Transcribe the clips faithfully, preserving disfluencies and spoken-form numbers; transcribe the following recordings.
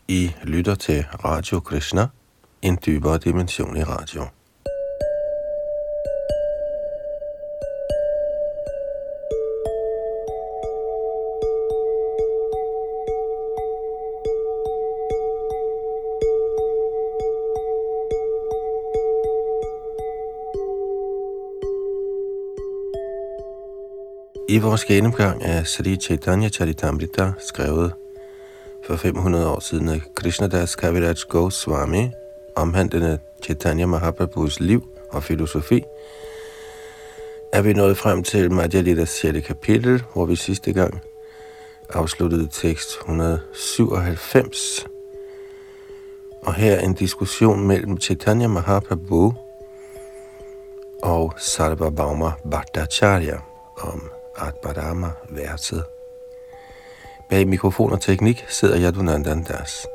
I lytter til Radio Krishna, en dybere dimension i radio. I vores gennemgang af Sri Chaitanya Charitamrita, skrevet for fem hundrede år siden af Krishnadas Kaviraj Goswami, omhandlende Chaitanya Mahaprabhus liv og filosofi, er vi nået frem til Madhya Litas sjette kapitel, hvor vi sidste gang afsluttede tekst et hundrede og syvoghalvfems. Og her en diskussion mellem Chaitanya Mahaprabhu og Sarvabhauma Bhattacharya om Atmarama-verset. Bag mikrofon og teknik sidder Yadunandan Das.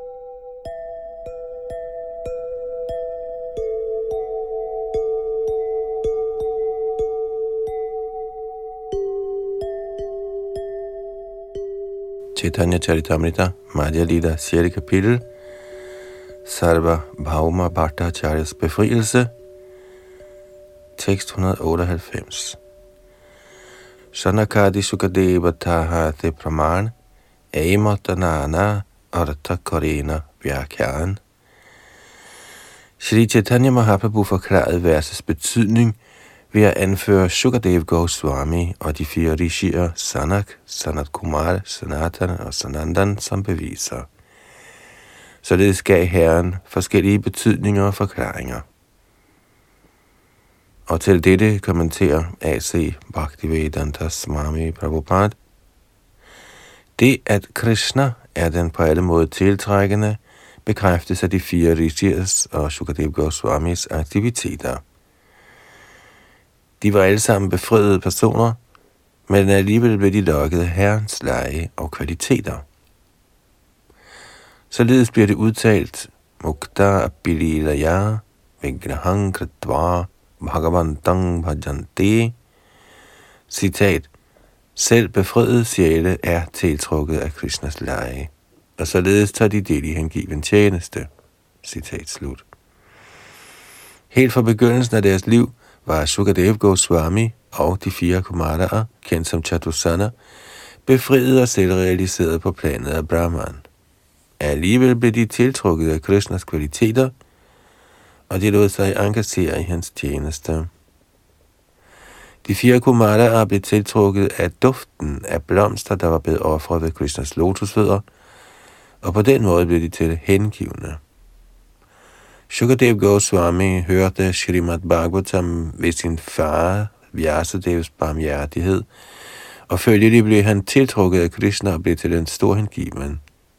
Chaitanya Charitamrita, Madhya Lita, sjette kapitel, Sarvabhauma Bhattacharyas befrielse, tekst et hundrede og otteoghalvfems. Sanakadi Sukadeva Tahate Praman, Aimotanana Artha Korena Vyakyan. Shri Chaitanya Mahaprabhu forklarede versets betydning ved at anføre Sukadeva Goswami og de fire rishier Sanak, Sanat Kumar, Sanatan og Sanandan som beviser. Således gav Herren forskellige betydninger og forklaringer. Og til dette kommenterer A C Bhaktivedanta Swami Prabhupada: det, at Krishna er den på alle måder tiltrækkende, bekræftes af de fire rishiers og Sukadeva Goswamis aktiviteter. De var alle sammen befriede personer, men alligevel blev de lokket af Herrens leje og kvaliteter. Således bliver det udtalt Mukta Bililaya Vigrahang Kritva Bhagavantang Bhajante. Citat: selv befriede sjæle er tiltrukket af Krishnas leje, og således tager de del i hengiven tjeneste. Citat slut. Helt fra begyndelsen af deres liv var Sukadeva Goswami og de fire Kumaraer, kendt som Chatusana, befriede og selvrealiseret på planet af Brahman. Alligevel blev de tiltrukket af Krishnas kvaliteter, og de lod sig engagere i hans tjeneste. De fire Kumaraer blev tiltrukket af duften af blomster, der var blevet ofret ved Krishnas lotusfødder, og på den måde blev de til hengivne. Sukadeva Goswami hørte Srimad Bhagavatam ved sin far Vyasadevs barmhjertighed, og følgelig blev han tiltrukket af Krishna og blev til en stor hengiven.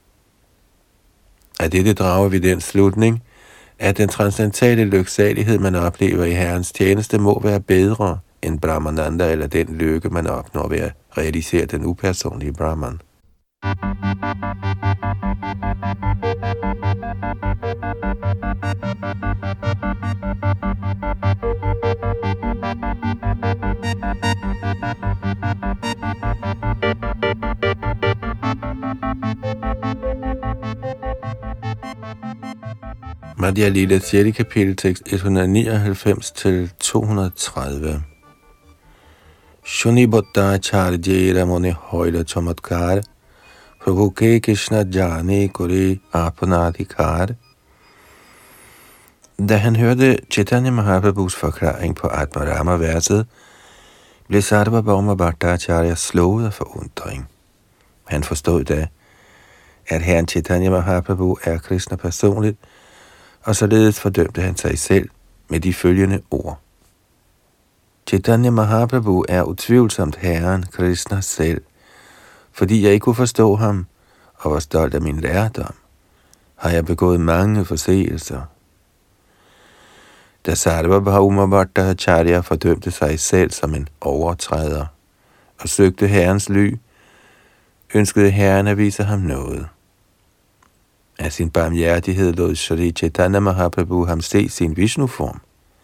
Af dette drager vi den slutning, at den transcendentale lyksalighed, man oplever i Herrens tjeneste, må være bedre end Brahmananda eller den lykke, man opnår ved at realisere den upersonlige Brahman. Madhya Lita, sjette kapitel, tekst et hundrede og nioghalvfems til to hundrede og tredive. Shuni Buddha Charjera Muni Højle Chamatkar Prabhuke Krishna Jani Kuri Apanadhikar. Da han hørte Chaitanya Mahaprabhus forklaring på Atmarama-verset, blev Sarvabhauma Bhattacharya slået af forundring. Han forstod da, at Herren Chaitanya Mahaprabhu er Krishna personligt, og således fordømte han sig selv med de følgende ord. Chaitanya Mahaprabhu er utvivlsomt Herren Krishna selv, fordi jeg ikke kunne forstå ham og var stolt af min lærdom, har jeg begået mange forseelser. Da Sarvabhauma Bhattacharya fordømte sig selv som en overtræder og søgte Herrens ly, ønskede Herren at vise ham noget. Af sin barmhjertighed lod Shri Chaitanya Mahaprabhu ham se sin Vishnu-form.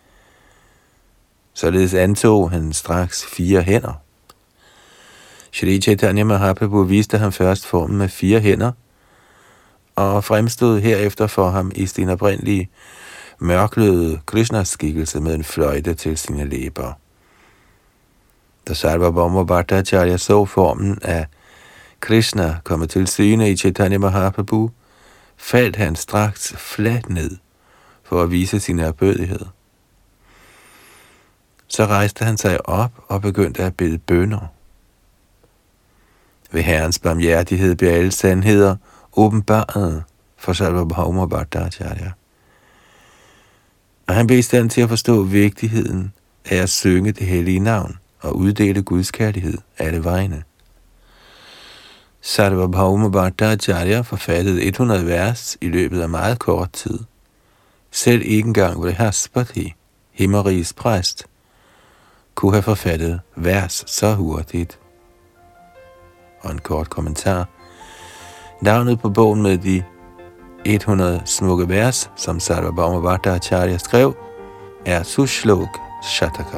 Således antog han straks fire hænder. Shri Chaitanya Mahaprabhu viste ham først formen med fire hænder, og fremstod herefter for ham i sin oprindelige mørkløde Krishnas skikkelse med en fløjte til sine læber. Da Sarvabhauma Bhattacharya så formen af Krishna komme til syne i Chaitanya Mahaprabhu, faldt han straks fladt ned for at vise sin erbødighed. Så rejste han sig op og begyndte at bede bønner. Ved Herrens barmhjertighed blev alle sandheder åbenbaret for Sarvabhauma Bhattacharya. Og han blev i stand til at forstå vigtigheden af at synge det hellige navn og uddele Guds kærlighed alle vegne. Sarvabhauma Bhattacharya forfattede hundrede vers i løbet af meget kort tid. Selv ikke engang Vrihaspati, Himmeriges præst, kunne have forfattet vers så hurtigt. Og en kort kommentar. Navnet på bogen med de hundrede smukke vers, som Sarvabhauma Bhattacharya skrev, er Sushlok Shataka.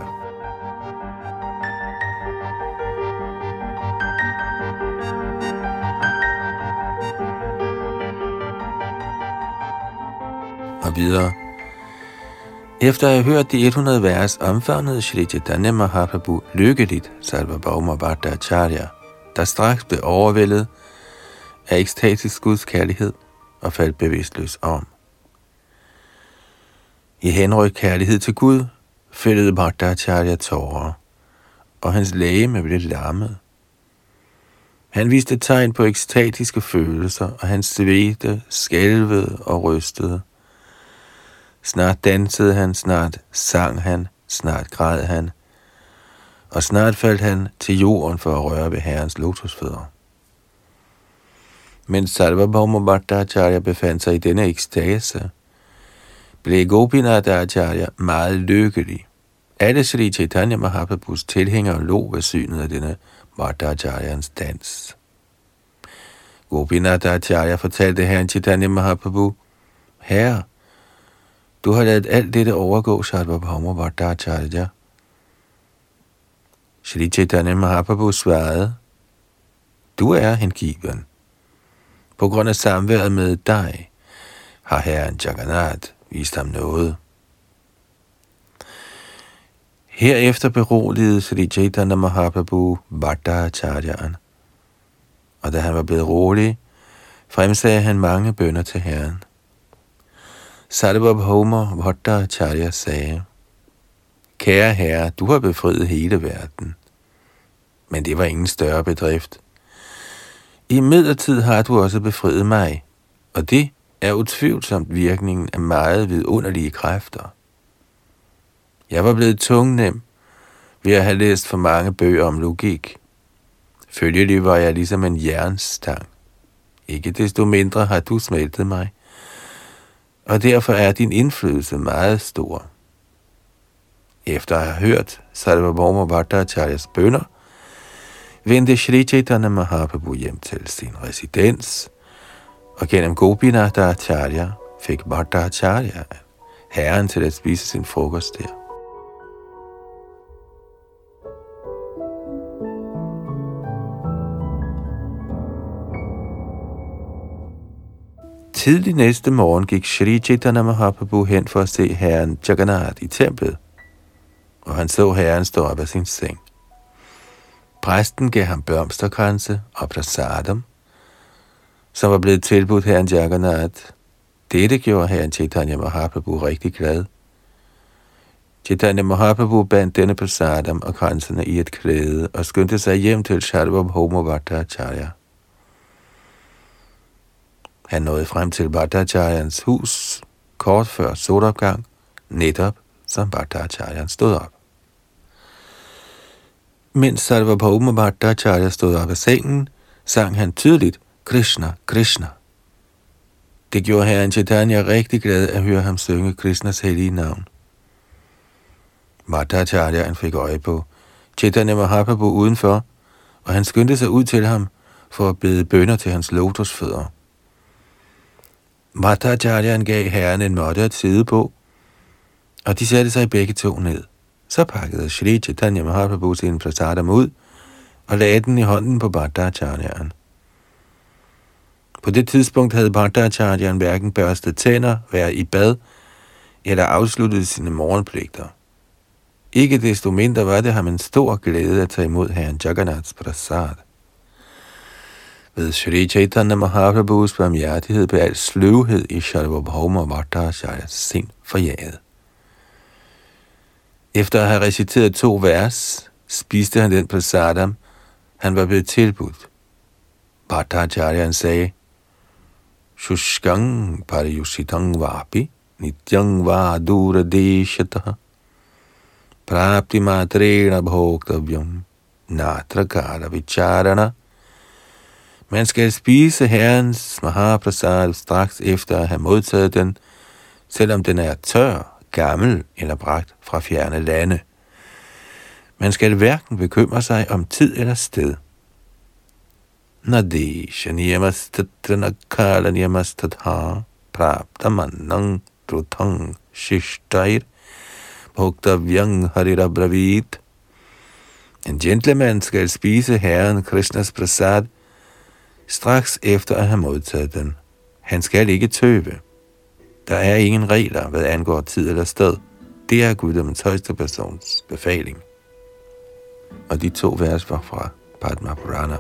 Og videre. Efter at have hørt de hundrede vers, omfavnede Shri Chaitanya Mahaprabhu lykkeligt Sarvabhauma Bhattacharya, der straks blev overvældet af ekstatisk Guds kærlighed og faldt bevidstløs om. I henrykt kærlighed til Gud fældede Bhattacharya tårer, og hans legeme blev lammet. Han viste tegn på ekstatiske følelser, og han svedte, skælvede og rystede. Snart dansede han, snart sang han, snart græd han, og snart faldt han til jorden for at røre ved Herrens lotusfødder. Mens Sarvabhauma Bhattacharya befandt sig i denne ekstase, blev Gopinath Acharya meget lykkelig. Alle Shri Chaitanya Mahaprabhus tilhængere lå ved synet af denne Bhattacharyans dans. Gopinath Acharya fortalte Herren Chaitanya Mahaprabhu: Herre, du har ladet alt dette overgå Sarvabhauma Bhattacharya. Shri Chaitanya Mahaprabhu svarede: Du er hengiven. På grund af samværet med dig har Herren Jagannath vist ham noget. Herefter beroligede Shri Chaitanya Mahaprabhu Bhattacharyaen, og da han var blevet rolig, fremsagde han mange bønner til Herren. Sarvabhauma Bhattacharya sagde: Kære Herre, du har befriet hele verden. Men det var ingen større bedrift. I midlertid har du også befriet mig, og det er utvivlsomt virkningen af meget vidunderlige kræfter. Jeg var blevet tungnem ved at have læst for mange bøger om logik. Følgelig var jeg ligesom en jernstang. Ikke desto mindre har du smeltet mig, og derfor er din indflydelse meget stor. Efter at have hørt Sarvabhauma Bhattacharyas bønner, vendte Shri Chaitanya Mahaprabhu hjem til sin residens, og gennem Gopinath Acharya fik Bhattacharya Herren til at spise sin frokost der. Tidlig næste morgen gik Shri Chaitanya Mahaprabhu hen for at se Herren Jagannath i templet, og han så Herren stå op af sin seng. Præsten gav ham blomsterkranse og prasadam, som var blevet tilbudt Herren Jagannath. Dette gjorde Herren Chaitanya Mahaprabhu rigtig glad. Chaitanya Mahaprabhu bandt denne prasadam og kransene i et klæde og skyndte sig hjem til Sarvabhauma Bhattacharya. Han nåede frem til Bhattacharyans hus kort før solopgang, netop som Bhattacharya stod op. Mens Sarvabhauma Bhattacharya stod op af sengen, sang han tydeligt Krishna, Krishna. Det gjorde Herren Chaitanya rigtig glad at høre ham synge Krishnas hellige navn. Bhattacharya fik øje på Chaitanya Mahaprabhu udenfor, og han skyndte sig ud til ham for at bede bønner til hans lotusfødder. Bhattacharya gav Herren en måtte at sidde på, og de satte sig begge to ned. Så pakkede Shri Chaitanya Mahaprabhu sin prasadam ud og lagde den i hånden på Bhattacharya. På det tidspunkt havde Bhattacharyaen hverken børstet tænder, været i bad eller afsluttet sine morgenpligter. Ikke desto mindre var det ham en stor glæde at tage imod herren Jagannaths prasad. Ved Shri Chaitanya Mahaprabhus barmhjertighed blev al sløvhed i Sarvabhauma Bhattacharyas sind forjaget. Efter at have reciteret to vers, spiste han den prasadam, han var blevet tilbudt. Bhattacharyan sagde, Shushkang pariyusitang vapi, nityang vadura deshataha, prapti matrena bhoktavyam, natrakara vicharana. Man skal spise herrens mahaprasad straks efter at have modtaget den, selvom den er tør, gammel eller bragt fra fjerne lande. Man skal hverken bekymre sig om tid eller sted. Nadesha niyamastatra niyamastatha praptamannang drutang shishtair bhoktavyang harirabravit. En gentleman skal spise herren Krishnas prasad straks efter at have modtaget den. Han skal ikke tøve. Der er ingen regler, hvad angår tid eller sted. Det er guddommens højeste persons befaling. Og de to vers var fra Padma Purana.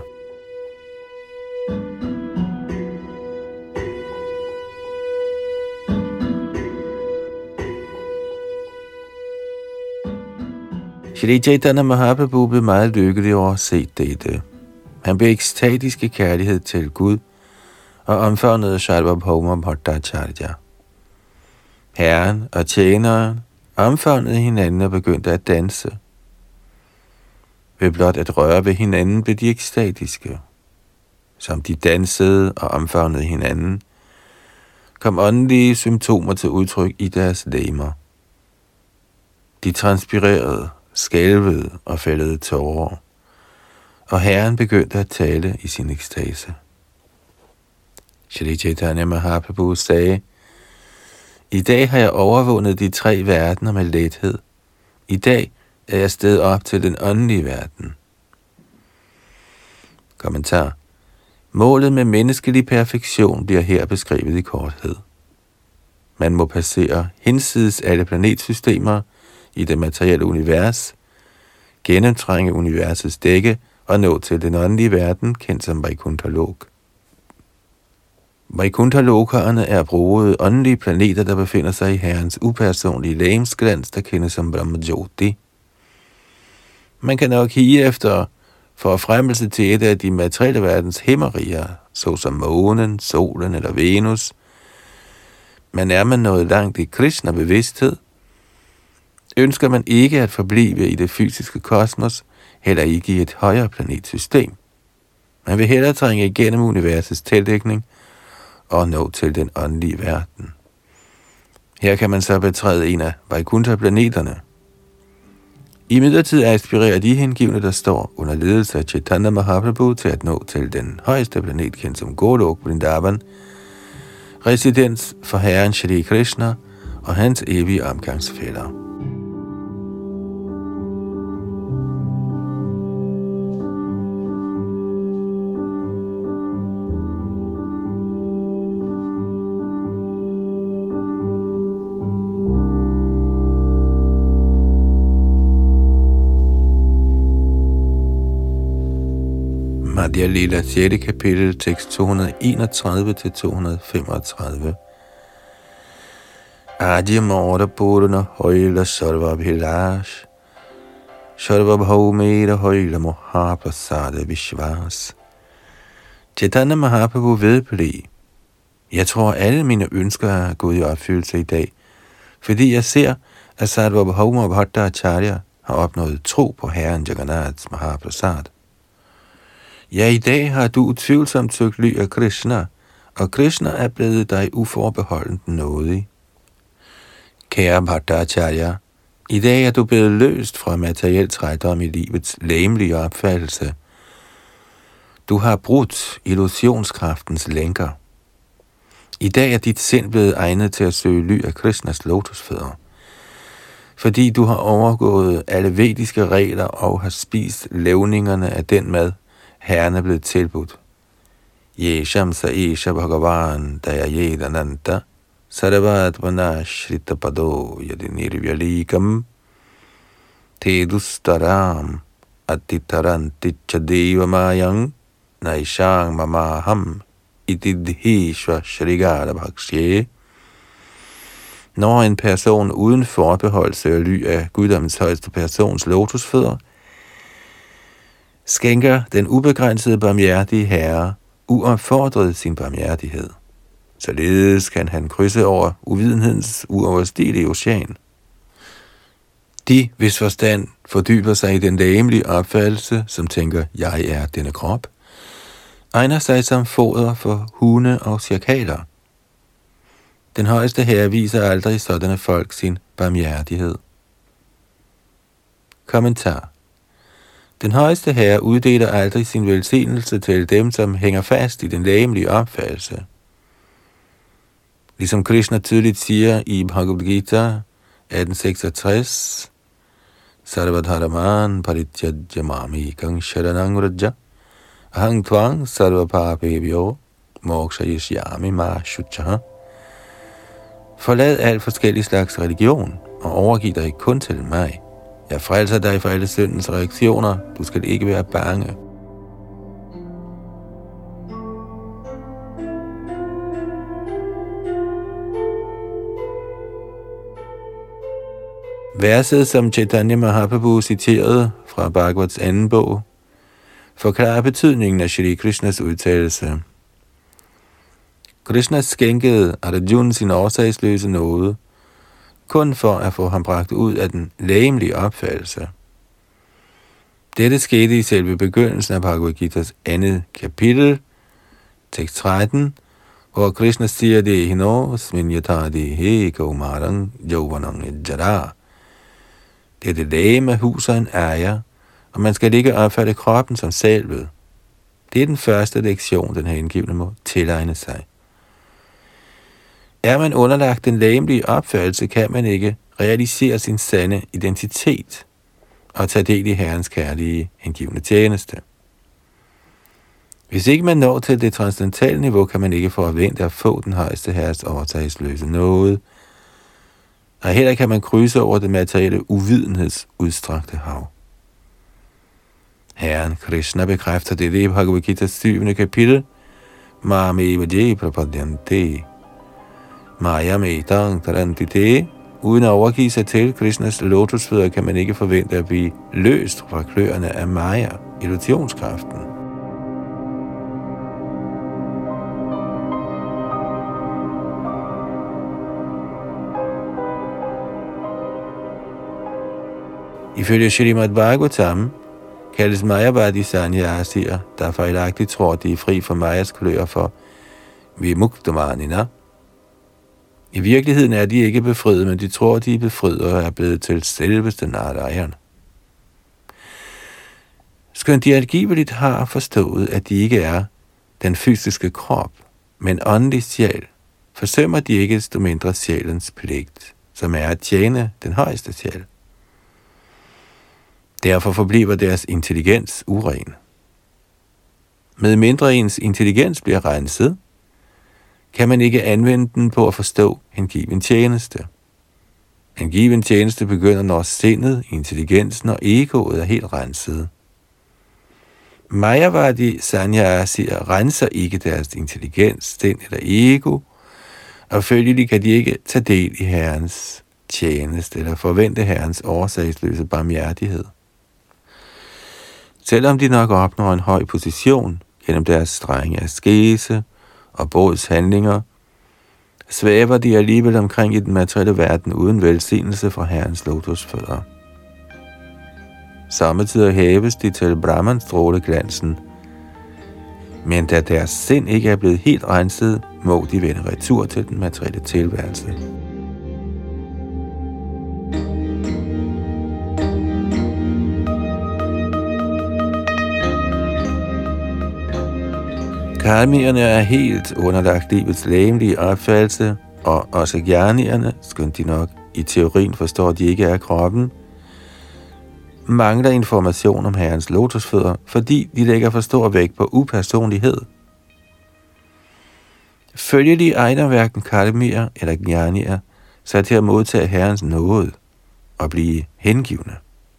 Shri Chaitanya Mahaprabhu blev meget lykkelig over at se dette. Han blev ekstatisk i kærlighed til Gud og omfavnede Sarvabhauma Bhattacharya. Herren og tjeneren omfavnede hinanden og begyndte at danse. Ved blot at røre ved hinanden blev de ekstatiske. Som de dansede og omfavnede hinanden, kom åndelige symptomer til udtryk i deres legemer. De transpirerede, skælvede og fældede tårer, og Herren begyndte at tale i sin ekstase. Shri Chaitanya Mahaprabhu sagde, i dag har jeg overvundet de tre verdener med lethed. I dag er jeg steget op til den åndelige verden. Kommentar. Målet med menneskelig perfektion bliver her beskrevet i korthed. Man må passere hinsides alle planetsystemer i det materielle univers, gennemtrænge universets dække og nå til den åndelige verden, kendt som Vaikuntha-lok. Vaikuntha-lokerne er brugede åndelige planeter, der befinder sig i Herrens upersonlige legemsglans, der kendes som Brahmajoti. Man kan nok hige efter forfremmelse til et af de materielle verdens himmeriger, såsom månen, solen eller Venus. Men er man nået langt i Krishna-bevidsthed, ønsker man ikke at forblive i det fysiske kosmos, heller ikke i et højere planetsystem. Man vil hellere trænge igennem universets tildækning og nå til den åndelige verden. Her kan man så betræde en af Vaikuntha-planeterne. I midlertid aspirerer de hengivne, der står under ledelse af Chaitanya Mahaprabhu til at nå til den højeste planet, kendt som Golok Vrindavan, residens for Herren Shri Krishna og hans evige omgangsfæller. Madhya Lila, sjette kapitel, tekst to hundrede enogtredive til to hundrede femogtredive. Adya Mora Purna Højla Sarva Bhilash Sarva Bhaumera Højla Mahaprasada Vishwas. Chaitanya Mahaprabhu vedblev. Jeg tror, alle mine ønsker er gået i opfyldelse i dag, fordi jeg ser, at Sarvabhauma Bhattacharya har opnået tro på Herren Jagannaths Mahaprasad. Ja, i dag har du utvivlsomt søgt ly af Krishna, og Krishna er blevet dig uforbeholdent nådig. Kære Bhattacharya, i dag er du blevet løst fra materiel trædom i livets legemlige opfattelse. Du har brudt illusionskraftens lænker. I dag er dit sind blevet egnet til at søge ly af Krishnas lotusfødder, fordi du har overgået alle vediske regler og har spist levningerne af den mad, Herren er blevet tilbudt. Yesham sa esha bhagavan daya yedananta sarvatmana shrita pado yadi nirvyalikam tedustaram atitaranti chadeva mayang naishang mamaham itidhishva shrigara bhakshe. Når en person uden forbehold søger ly af guddommens højeste persons lotusfødder, skænker den ubegrænsede barmhjertige herre uopfordret sin barmhjertighed. Således kan han krydse over uvidenhedens uoverstigelige ocean. De, hvis forstand fordyber sig i den legemlige opfattelse, som tænker, jeg er denne krop, egner sig som foder for hunde og sjakaler. Den højeste herre viser aldrig sådanne folk sin barmhjertighed. Kommentar. Den højeste herre uddeler aldrig sin velsignelse til dem, som hænger fast i den legemlige opfattelse. Ligesom Krishna tydeligt siger i Bhagavad Gita atten seksogtres, Sarvadharaman parityaja mamikang sharanang raja ahang tvang sarvapapebhyo mokshayishyami ma shuchaha. Forlad al forskellige slags religion og overgiv dig kun til mig. Jeg frelser dig for alle syndens reaktioner. Du skal ikke være bange. Verset, som Chaitanya Mahaprabhu citerede fra Bhagavats anden bog, forklarer betydningen af Shri Krishnas udtalelse. Krishna skænkede Arjuna sin årsagsløse nåde, kun for at få ham bragt ud af den legemlige opfattelse. Dette skete i selve begyndelsen af Bhagavad Gitas andet kapitel, tekst tretten, hvor Krishna siger det hino sminyatadi he kaumarang yovanang jara. Dette legeme huser en ejer, og man skal ikke opfatte kroppen som selvet. Det er den første lektion, den her indgivende må tilegne sig. Er man underlagt den legemlige opfattelse, kan man ikke realisere sin sande identitet og tage del i Herrens kærlige hengivne tjeneste. Hvis ikke man når til det transcendentale niveau, kan man ikke forvente at få den højeste herres overtagsløse nåde, og heller kan man krydse over det materielle uvidenheds udstrakte hav. Herren Krishna bekræfter det i Bhagavad Gita's syvende kapitel, Mameva je prapadyante Mayam etang tarantite. Uden at overgive sig til Krishnas lotusfødder, kan man ikke forvente at blive løst fra kløerne af Maya, illusionskraften. Ifølge Srimad Bhagavatam kaldes Mayavadi sanyasier, der fejlagtigt tror, de er fri for Mayas kløer, for vimuktamanina. I virkeligheden er de ikke befriet, men de tror, de er befriet og er blevet til selveste Narayan. Skønt de angiveligt har forstået, at de ikke er den fysiske krop, men åndelig sjæl, forsømmer de ikke desto mindre sjælens pligt, som er at tjene den højeste sjæl. Derfor forbliver deres intelligens uren. Med mindre ens intelligens bliver renset, kan man ikke anvende den på at forstå hengiven tjeneste. Hengiven tjeneste begynder, når sindet, intelligensen og egoet er helt renset. Mayavadi sanyasier renser ikke deres intelligens, sind eller ego, og følgelig kan de ikke tage del i Herrens tjeneste eller forvente Herrens årsagsløse barmhjertighed. Selvom de nok opnår en høj position gennem deres strenge askese og bods handlinger, svæver de alligevel omkring i den materielle verden uden velsignelse fra Herrens lotusfødder. Samtidig hæves de til Brahmans stråleglansen, men da deres sind ikke er blevet helt renset, må de vende retur til den materielle tilværelse. Karmierne er helt underlagt livets legemlige opfattelse, og også jnanierne, skønt de nok i teorien forstår, de ikke er kroppen, mangler information om Herrens lotusfødder, fordi de lægger for stor vægt på upersonlighed. Følgelig egner hverken karmier eller jnanier sig til at modtage Herrens nåde og blive hengivne.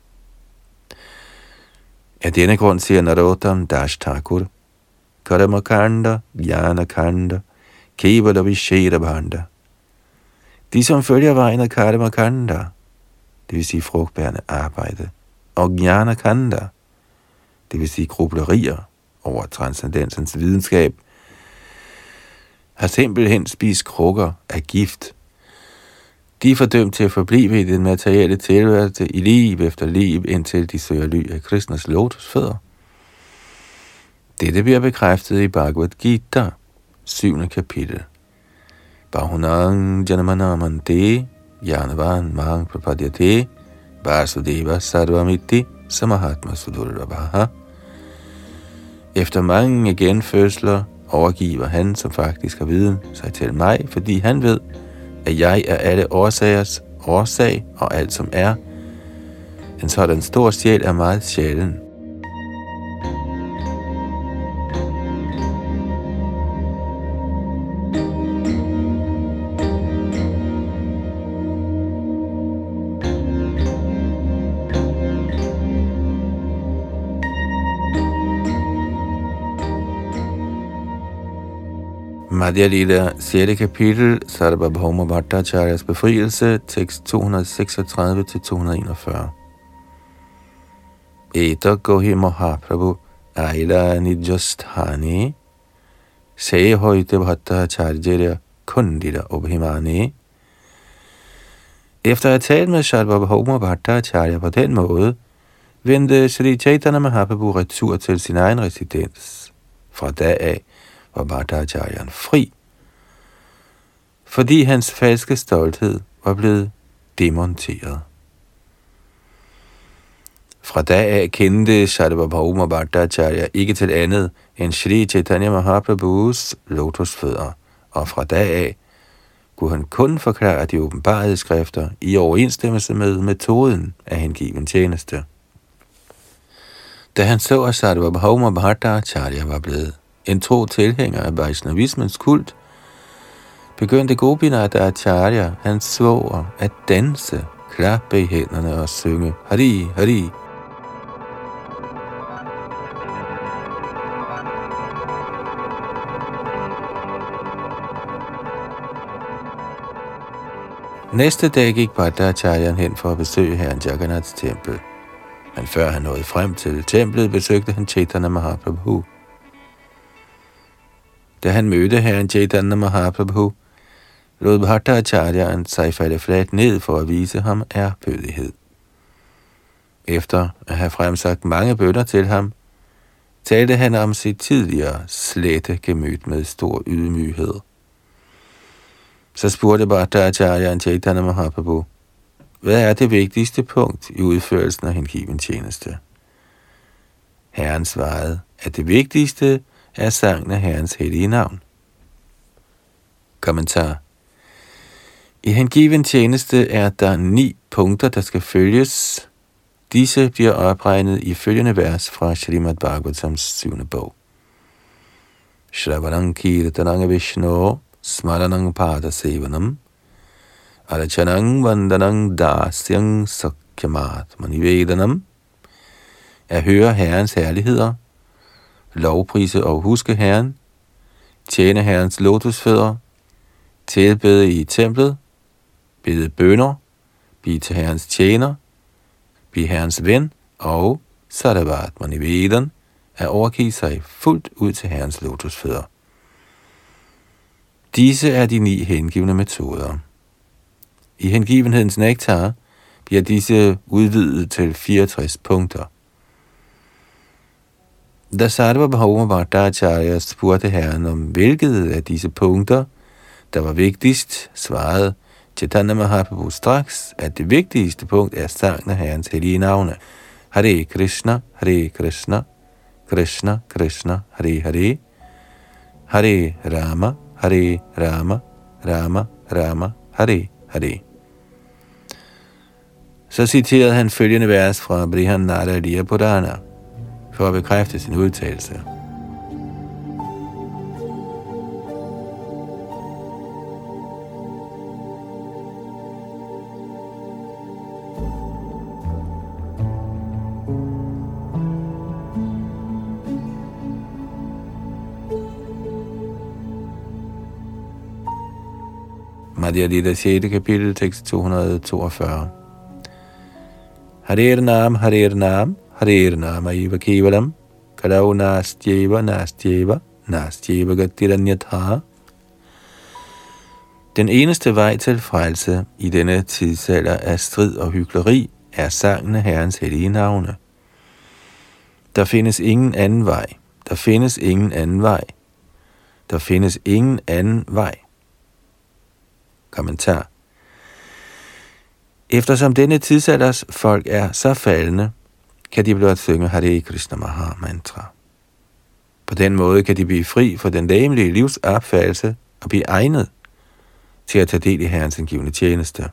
Af denne grund siger Narottam Das Thakur, Karmakanda, Jnanakanda, Kevala Vishedabhanda. De, som følger vejen af Karmakanda, det vil sige frugtbærende arbejde, og Jnanakanda, det vil sige grublerier over transcendensens videnskab, har simpelthen spist krukker af gift. De er fordømt til at forblive i den materielle tilværelse i liv efter liv, indtil de søger ly af Krishnas lotusfødder. Dette bliver bekræftet i Bhagavad Gita, syvende kapitel. Bahunang Janamanamante, Janavan Mahang Prapadyate, Vasudeva Sarvamiti, Samahatma Sudurabhaha. Efter mange genfødsler overgiver han, som faktisk har viden, sig til mig, fordi han ved, at jeg er alle årsagers årsag og alt som er. En sådan stor sjæl er meget sjælden. Madhya Lila, sjette kapitel, Sarvabhauma Bhattacharyas befrielse, tekst to hundrede seksogtredive til to hundrede enogfyrre. Eta gohi Mahaprabhu aila nijasthani, se hoite Bhattacharya kundita obhimani. Efter at have talt med Sarvabhauma Bhattacharya på den måde, vendte Sri Chaitanya Mahaprabhu retur til sin egen residens. Fra da af var Bhattacharyan fri, fordi hans falske stolthed var blevet demonteret. Fra da af kendte Sarvabhauma Bhattacharya ikke til andet end Sri Chaitanya Mahaprabhus lotusfødder, og fra da af kunne han kun forklare de åbenbarede skrifter i overensstemmelse med metoden af hengiven tjeneste. Da han så, at Sarvabhauma Bhattacharya var blevet en tro tilhænger af Vaishnavismens kult, begyndte Gopinath Acharya, hans svoger, at danse, klappe i hænderne og synge Hari, Hari. Næste dag gik Bhattacharyan hen for at besøge herren Jagannaths tempel. Men før han nåede frem til templet, besøgte han Chaitanya Mahaprabhu. Da han mødte herren Chaitanya Mahaprabhu, lod Bhattacharyan sig falde fladt ned for at vise ham ærbødighed. Efter at have fremsagt mange bønner til ham, talte han om sit tidligere slette gemyt med stor ydmyghed. Så spurgte Bhattacharyan Chaitanya Mahaprabhu, hvad er det vigtigste punkt i udførelsen af hengiven tjeneste? Herren svarede, at det vigtigste er sangen af Herrens hellige navn. Kommentar. I hengiven tjeneste er der ni punkter, der skal følges. Disse bliver opregnet i følgende vers fra Srimad Bhagavatams syvende bog. Shravanang kirtanang vishno smaranang padasevanam arachanang vandanang dasyang sakyamat manivedanam. At høre Herrens herligheder, lovprise og huske Herren, tjene Herrens lotusfødder, tilbede i templet, bede bønner, blive til Herrens tjener, blive Herrens ven og Sadavat Manivedan, at overgive sig fuldt ud til Herrens lotusfødder. Disse er de ni hengivne metoder. I hengivenhedens nektar bliver disse udvidet til fireogtres punkter. Da Sarvabhauma Bhattacharya spurgte Herren om hvilket af disse punkter, der var vigtigst, svarede Chaitanya Mahaprabhu straks, at det vigtigste punkt er sangen af Herrens hellige navne. Hare Krishna, Hare Krishna, Krishna Krishna, Hare Hare, Hare Rama, Hare Rama, Rama Rama, Hare Hare. Så citerede han følgende vers fra Brihadaranyaka Purana for at bekræfte sin udtalelse. Madhya Lila sjette kapitel, tekst to hundrede og toogfyrre. Harer Nam, Harer Nam, Harer Nam Aiva Kevalam, Kalav Nastjeva, Nastjeva, Nastjeva Gatiranyatha. Den eneste vej til frelse i denne tidsalder af strid og hykleri er sangen af Herrens hellige navne. Der findes ingen anden vej. Der findes ingen anden vej. Der findes ingen anden vej. Kommentar. Eftersom denne tidsalders folk er så faldende, kan de blot synge Hare Krishna Maha Mantra. På den måde kan de blive fri for den legemlige livs opfattelse og blive egnet til at tage del i Herrens indgivende tjeneste.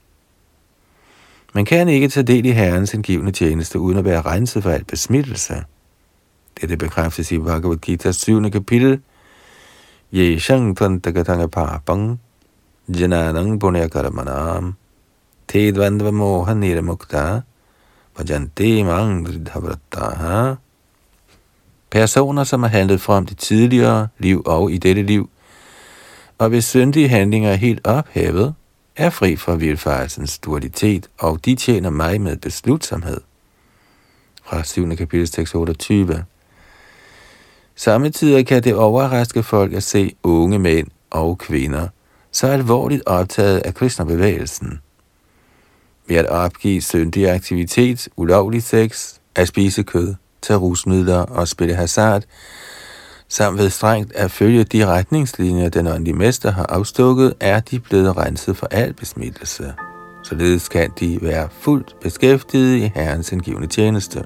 Man kan ikke tage del i Herrens indgivende tjeneste uden at være renset for al besmittelse. Dette bekræftes i Bhagavad Gita's syvende kapitel. Ye shang tantagatanga papang jananang punyakaramanam tedvandva moha niramukta vajante mang dridhavrataha. Personer, som har handlet frem det tidligere liv og i dette liv, og hvis syndige handlinger er helt ophævet, er fri fra vildfarelsens dualitet, og de tjener mig med beslutsomhed. Fra syvende kapitel, tekst otteogtyve. Samtidig kan det overraske folk at se unge mænd og kvinder så alvorligt optaget af Krishna-bevægelsen. Ved at opgive syndig aktivitet, ulovlig sex, at spise kød, tage rusmidler og spille hasard, samt ved strengt at følge de retningslinjer, den åndelige mester har afstukket, er de blevet renset for al besmittelse. Således kan de være fuldt beskæftiget i Herrens indgivende tjeneste.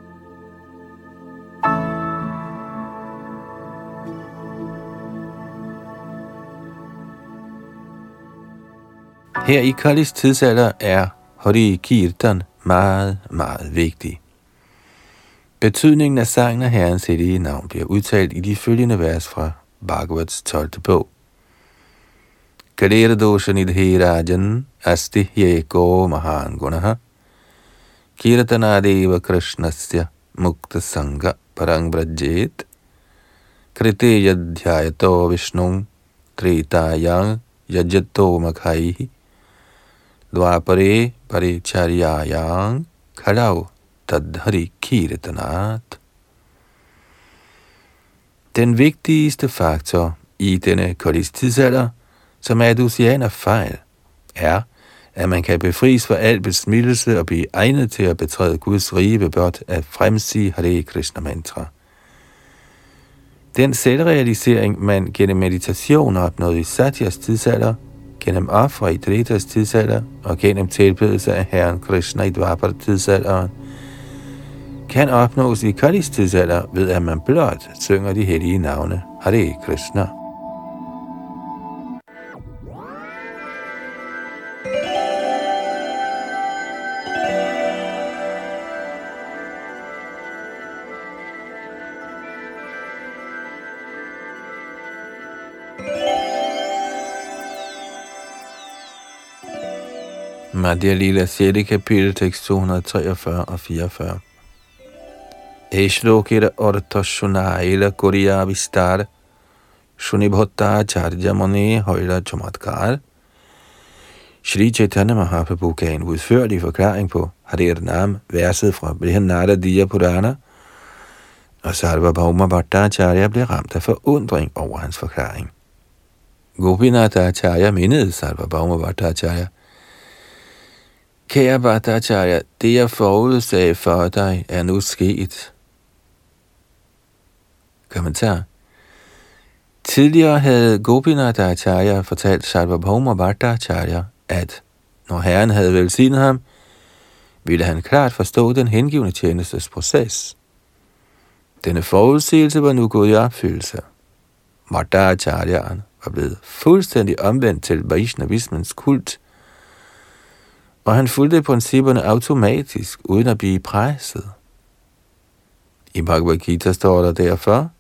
Her i Kalis tidsalder er Hari Kirtan meget, meget vigtig. Betydningen af sangen af Herrens hellige navn bliver udtalt i de følgende vers fra Bhagavats tolvte bog. Kalera dosha nidhe rajan asti yeko mahan gunaha kirtanadeva krishnasya mukta sangha parang brajet krite yadhyayato vishnung tritayang yajyato makhaihi dvapare paricharyayang khalav tadhari kirtanat. Den vigtigste faktor i denne Kalis tidsalder, som er et ocean af fejl, er, at man kan befries for al besmittelse og blive egnet til at betræde Guds rige ved blot at fremsige Hare Krishna mantra. Den selvrealisering, man gennem meditation opnåede i Satyas tidsalder, gennem ofre i Tretas tidsalder og gennem tilbedelse af Herren Krishna i Dvapara tidsalderen, kan opnås i Kalis tidsalder ved, at man blot synger de hellige navne Hare Krishna. Madhya Lila sjette kapitel, tekst to hundrede og treogfyrre og fireogfyrre. Eshlokira orta shunaila kuriya vistar shunibhota charjamone højla chamatkar. Shri Chaitanya Mahaprabhu gav en udførlig forklaring på Harer Nam, verset fra Brihanada Purana, og Sarvabhauma Bhattacharya blev ramt af forundring over hans forklaring. Gopinath Acharya mindede Sarvabhauma Bhattacharya: Kære Bhattacharya, det jeg forudsagde for dig er nu sket. Kommentar. Tidligere havde Gopinath Acharya fortalt Sarvabhauma Bhattacharya, at når Herren havde velsignet ham, ville han klart forstå den hengivne tjenestes proces. Denne forudsigelse var nu gået i opfyldelse. Bhattacharyaen var blevet fuldstændig omvendt til Vaishnavismens kult, og han fulgte principperne automatisk, uden at blive presset. I Bhagavad Gita står der derfor: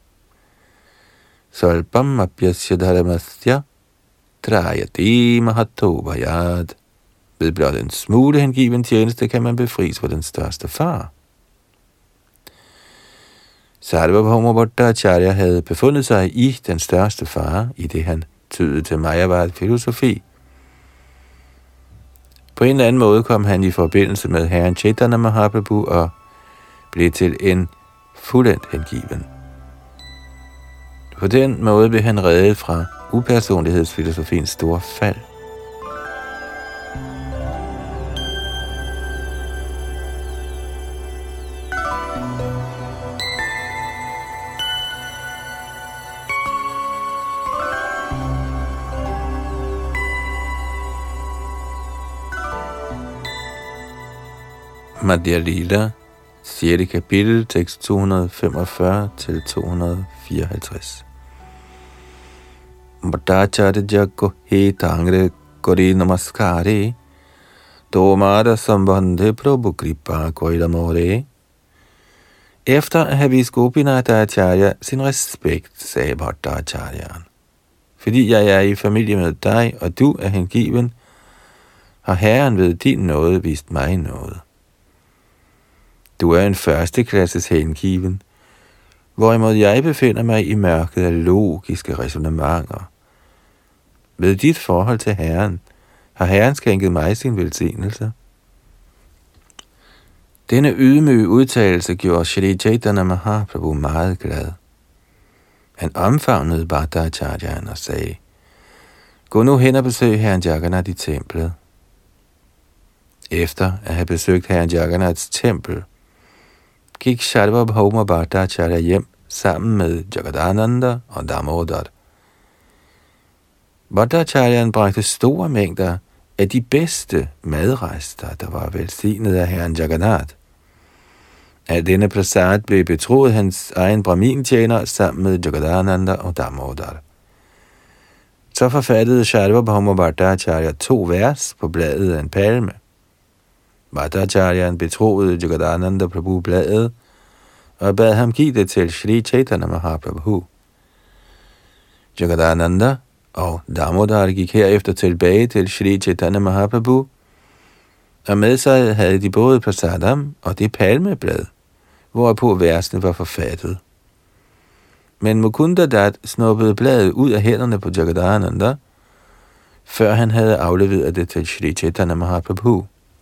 Salpam apyasya dharmasya trayati mahato bhayad. Ved blot en smule hengiven tjeneste kan man befries for den største far. Sarvabhauma Bhattacharya havde befundet sig i den største fare, i det han tydede til Mayavad filosofi, På en eller anden måde kom han i forbindelse med herren Chaitanya Mahaprabhu og blev til en fuldendt hengiven. På den måde blev han reddet fra upersonlighedsfilosofiens store fald. Madhya Lila, sjette kapitel, tekst to hundrede femogfyrre til to hundrede fireoghalvtreds. Bhattacharya Jaggo he tangre kori namaskare, tomada sambandhe prabhu kripa koidamore. Efter at have vist Gopinath Acharya sin respekt, sagde Bhattacharyaen. Fordi jeg er i familie med dig, og du er hengiven, har Herren ved din nåde vist mig noget. Du er en førsteklasses hengiven, hvorimod jeg befinder mig i mørket af logiske ræsonnementer. Ved dit forhold til Herren har Herren skænket mig sin velsignelse. Denne ydmyge udtalelse gjorde Shri Chaitanya Mahaprabhu meget glad. Han omfavnede Bhattacharyaen og sagde, gå nu hen og besøg herren Jagannath i templet. Efter at have besøgt herren Jagannaths tempel, gik Sarvabhauma Bhattacharya hjem sammen med Jagadananda og Damodar. Bhattacharyaen bragte store mængder af de bedste madrester, der var velsignet af herren Jagannath. Af denne prasad blev betroet hans egen brahmin-tjener sammen med Jagadananda og Damodar. Så forfattede Sarvabhauma Bhattacharya to vers på bladet af en palme. Bhattacharyaen betroede Jagadananda Prabhu bladet og bad ham give det til Shri Chaitanya Mahaprabhu. Jagadananda og Damodar gik herefter tilbage til Shri Chaitanya Mahaprabhu, og med sig havde de både prasadam og det palmeblad, hvorpå versene var forfattet. Men Mukunda Dat snuppede bladet ud af hænderne på Jagadananda, før han havde afleveret det til Shri Chaitanya Mahaprabhu.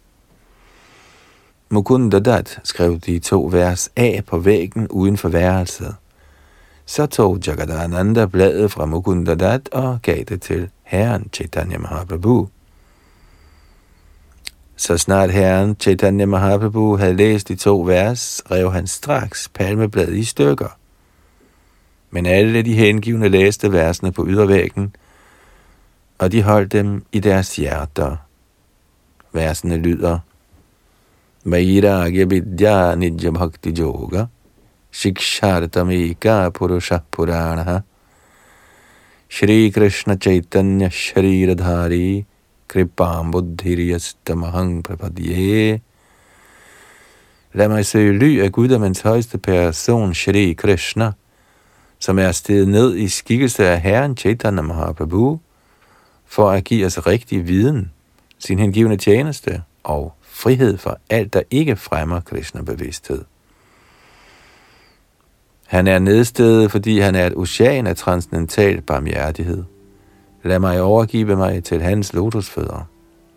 Mukunda Dat skrev de to vers af på væggen uden for værelset. Så tog Jagadananda bladet fra Mukunda Dat og gav det til herren Chaitanya Mahaprabhu. Så snart herren Chaitanya Mahaprabhu havde læst de to vers, rev han straks palmebladet i stykker. Men alle de hengivne læste versene på ydervæggen, og de holdt dem i deres hjerter. Versene lyder: Vairagya vidya nijya bhakti yoga, shikshartamika purusha puranaha, Shri Krishna Chaitanya Shariradhari, Kripam buddhiriyastamahang prapadye. Lad mig søge ly af Guddommens højeste person, Shri Krishna, som er steget ned i skikkelse af herren Chaitanya Mahaprabhu, for at give os rigtig viden, sin hengivne tjeneste og frihed for alt, der ikke fremmer Krishna-bevidsthed. Han er nedstedet, fordi han er et ocean af transcendental barmhjertighed. Lad mig overgive mig til hans lotusfødder.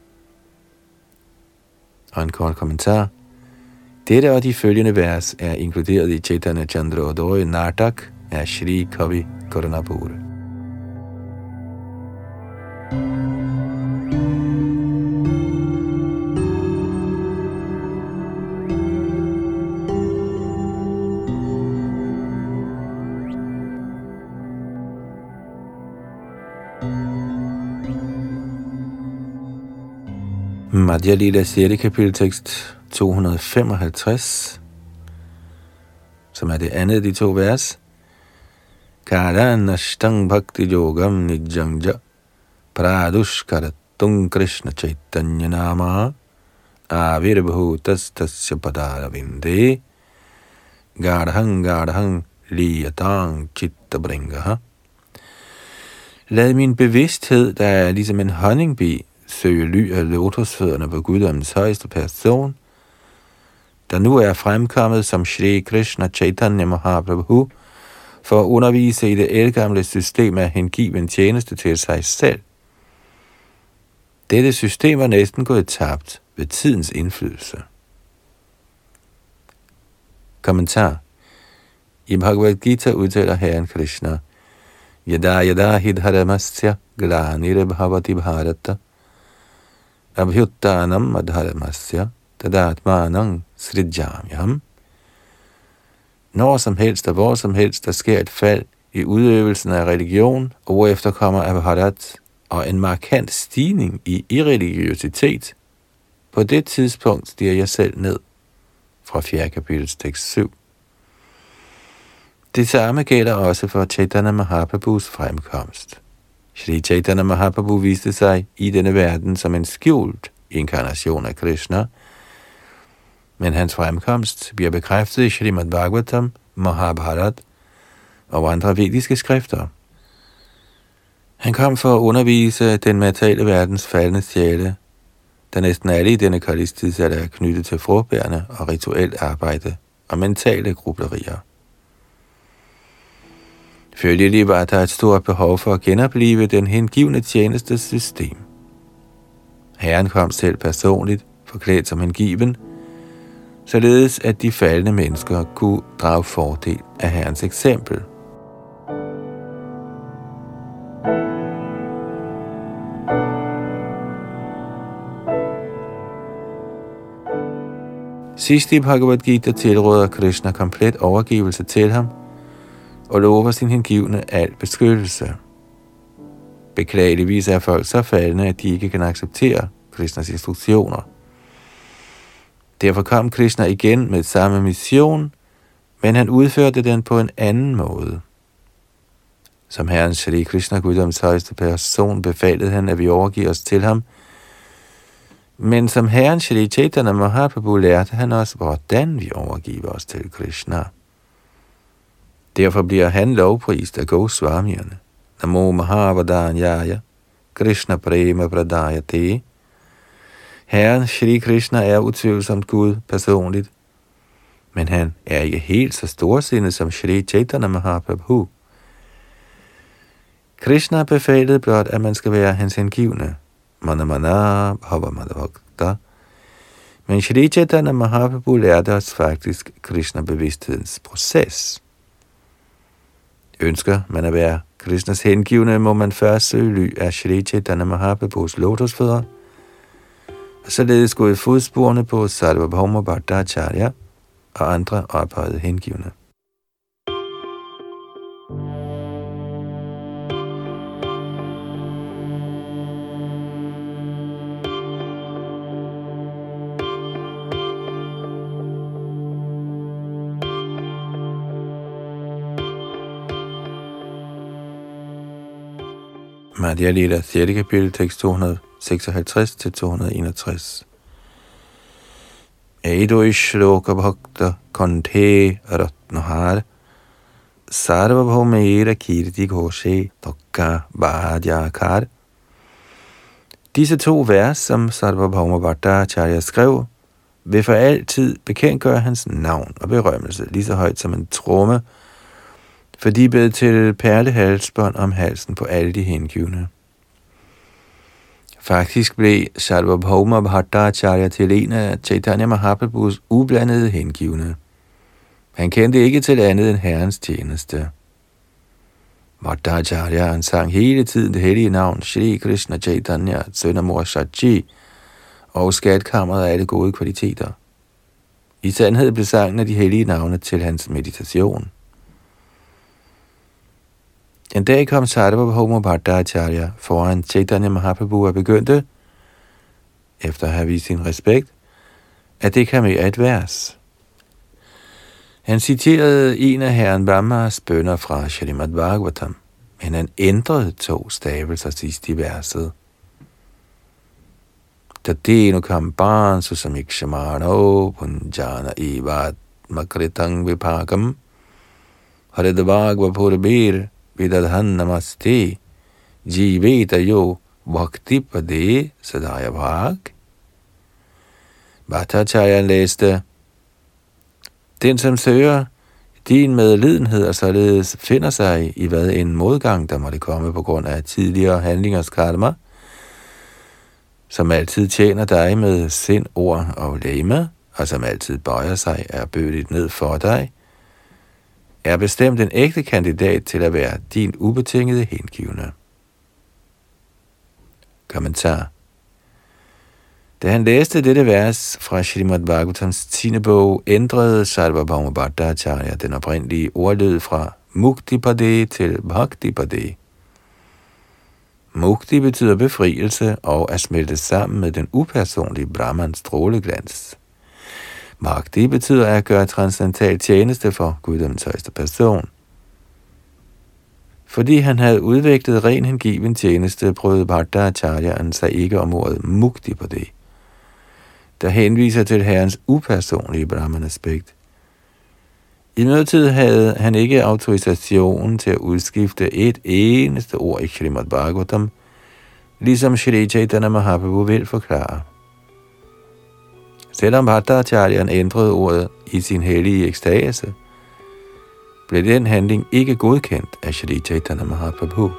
Og en kort kommentar. Dette og de følgende vers er inkluderet i Chaitanya Chandrodaya Nartak af Shri Kavi Karunapur. Madhya Lila sjette kapitel tekst to hundrede femoghalvtreds, som er det andet af de to vers. Karanashtang bhakti yogam nijjangja pradushkaratung Krishna Chaitanya nama avirbhutas tasya padaravinde garhang garhang liyatang chittabringaha. Lad min bevidsthed, der er ligesom en honningbi, søge ly af lotusfødderne på Guddommens højeste person, der nu er fremkommet som Shri Krishna Chaitanya Mahaprabhu, for at undervise i det ældgamle system af hengiven tjeneste til sig selv. Dette system var næsten gået tabt ved tidens indflydelse. Kommentar. I Bhagavad Gita udtaler Herren Krishna, Yada yada hidharamasya glanir bhavati bharata abhyuttanam adharamasya tadatmanang sridjamyam. Når som helst og hvor som helst, der sker et fald i udøvelsen af religion, og hvorefter kommer abharat og en markant stigning i irreligiøsitet, på det tidspunkt stiger jeg selv ned. Fra fjerde kapitels tekst syv. Det samme gælder også for Chaitanya Mahaprabhus fremkomst. Shri Chaitanya Mahaprabhu viste sig i denne verden som en skjult inkarnation af Krishna, men hans fremkomst bliver bekræftet i Srimad Bhagavatam, Mahabharat og andre vediske skrifter. Han kom for at undervise den materielle verdens faldne sjæle, der næsten alle i denne kaldstidsalder er knyttet til frugtbærende og rituelt arbejde og mentale grublerier. Følgelig var der et stort behov for at genopleve den hengivne tjenestes system. Herren kom selv personligt, forklædt som hengiven, således at de faldne mennesker kunne drage fordel af Herrens eksempel. Sidst i Bhagavad Gita tilråder Krishna komplet overgivelse til ham og lover sin hengivne al beskyttelse. Beklageligvis er folk så faldne, at de ikke kan acceptere Krishnas instruktioner. Derfor kom Krishna igen med samme mission, men han udførte den på en anden måde. Som Herren Shri Krishna, Guddoms højeste person, befalede han, at vi overgiver os til ham, men som Herren Shri Chaitanya Mahaprabhu lærte han os, hvordan vi overgiver os til Krishna. Derfor bliver han lovprist af Goswamierne. Namo Mahavadanyaya, Krishna Prema Pradayate. Herren Shri Krishna er utvivlsomt Gud personligt, men han er ikke helt så storsindet som Shri Chaitanya Mahaprabhu. Krishna befalede blot, at man skal være hans hengivne. Manamana Bhavamadavakta. Men Shri Chaitanya Mahaprabhu lærte os faktisk Krishna-bevidsthedens proces. Ønsker man at være Krishnas hengivne, må man først søge ly af Shri Chaitanya Mahaprabhus lotusfødder, og således gå i fodsporene på Sarvabhauma Bhattacharya og andre ophøjede hengivne. Madhya Lila, sjette kapitel, tekst to hundrede seksoghalvtreds til to hundrede enogtres. Eido ishloka bhakta konthe ratnahar sarvabhaumera kirti ghoshe tokka bhadyakar. Disse to vers, som Sarvabhauma Bhattacharya skrev, vil for altid bekendtgøre hans navn og berømmelse lige så højt som en tromme, for de bed til perlehalsbånd om halsen på alle de hengivne. Faktisk blev Sarvabhauma Bhattacharya til en af Chaitanya Mahaprabhus ublandede hengivne. Han kendte ikke til andet end Herrens tjeneste. Bhattacharya han sang hele tiden det hellige navn Shri Krishna Chaitanya, søn af mor Shachi, og skatkammeret af alle gode kvaliteter. I sandhed blev sangen af de hellige navne til hans meditation. En dag kom Sarvabhauma Bhattacharya foran Chaitanya Mahaprabhu og begyndte, efter at have vist sin respekt, at deklamere et vers. Han citerede en af herren Brahmas bønner fra Srimad Bhagavatam, men han ændrede to stavelser sidst i verset. Tadenu kampan susamikshmano punjana ivat makritang vipagam haridavagva purabir vidadhan namaste jiveta yo bhaktipade sadaya bhag. Bhattacharya læste: Den, som søger din medlidenhed og således finder sig i hvad en modgang, der måtte komme på grund af tidligere handlingers karma, som altid tjener dig med sind, ord og legeme, og som altid bøjer sig erbødigt ned for dig, er bestemt en ægte kandidat til at være din ubetingede hengivne. Kommentar. Da han læste dette vers fra Srimad Bhagavatams tiende bog, ændrede Sarvabhauma Bhattacharya den oprindelige ordlyd fra Muktipade til Bhaktipade. Mukti betyder befrielse og at smelte sammen med den upersonlige Brahmans stråleglans. Bhakti betyder at gøre transcendental tjeneste for Guddommens højeste person. Fordi han havde udviklet ren hengiven tjeneste, prøvede Bhattacharyaen sig ikke om ordet Muktipade, der henviser til herrens upersonlige Brahman-aspekt. I midlertid havde han ikke autorisation til at udskifte et eneste ord i Srimad Bhagavatam, ligesom Shri Chaitanya Mahaprabhu vil forklare. Selvom Bhattacharyaen ændrede ordet i sin hellige ekstase, blev den handling ikke godkendt af Shri Chaitanya Mahaprabhu.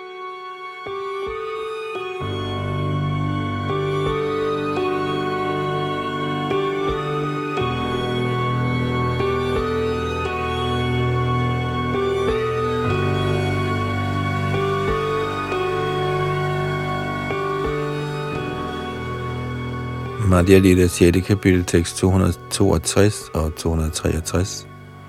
Madhya Lila sjette kapitel, tekst to hundrede toogtres og to hundrede treogtres.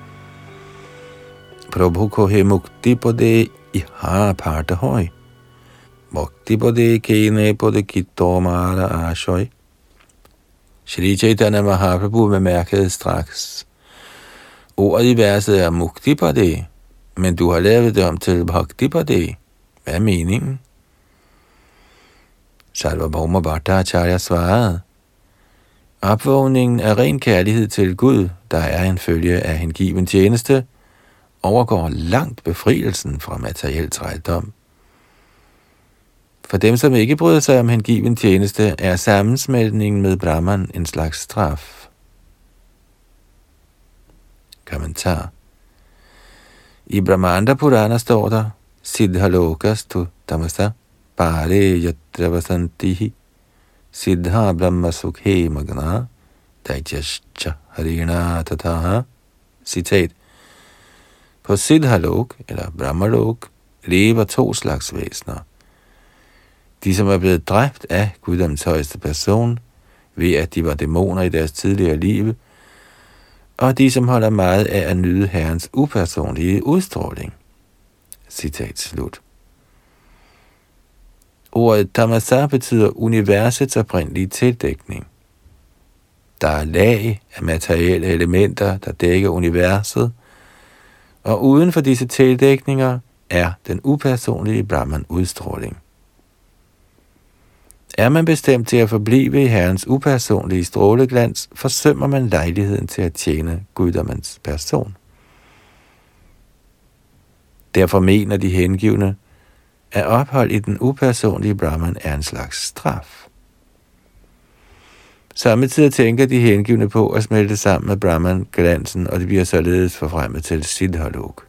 Prabhu kohe mukti pade iha parta hoy. Mukti pade kene pade kitto mara ashoy. Shri Chaitanya Mahaprabhu bemærkede straks: ordet i verset er mukti pade, men du har lavet det om til bhakti pade. Hvad er meningen? Sarvabhauma Bhattacharya svarede: opvågningen af ren kærlighed til Gud, der er en følge af hengiven tjeneste, overgår langt befrielsen fra materiel trældom. For dem, som ikke bryder sig om hengiven tjeneste, er sammensmeltningen med Brahman en slags straf. Kommentar. I Brahmanda Purana står der: Siddhalokas tu tamasa pare yatravasantihi Siddha Brahma Sukhe Magna Daityascha Harina Tataha. Citat. På Siddhalok, eller Brahmalok, lever to slags væsener. De, som er blevet dræbt af Guddommens højeste person, ved at de var dæmoner i deres tidligere liv, og de, som holder meget af at nyde Herrens upersonlige udstråling. Citat slut. Ordet tamasa betyder universets oprindelige tildækning. Der er lag af materielle elementer, der dækker universet, og uden for disse tildækninger er den upersonlige Brahman udstråling. Er man bestemt til at forblive i Herrens upersonlige stråleglans, forsømmer man lejligheden til at tjene Guddommens person. Derfor mener de hengivne, at ophold i den upersonlige Brahman er en slags straf. Samtidig tænker de hengivne på at smelte sammen med Brahman-glansen, og de bliver således forfremmet til Siddhalok.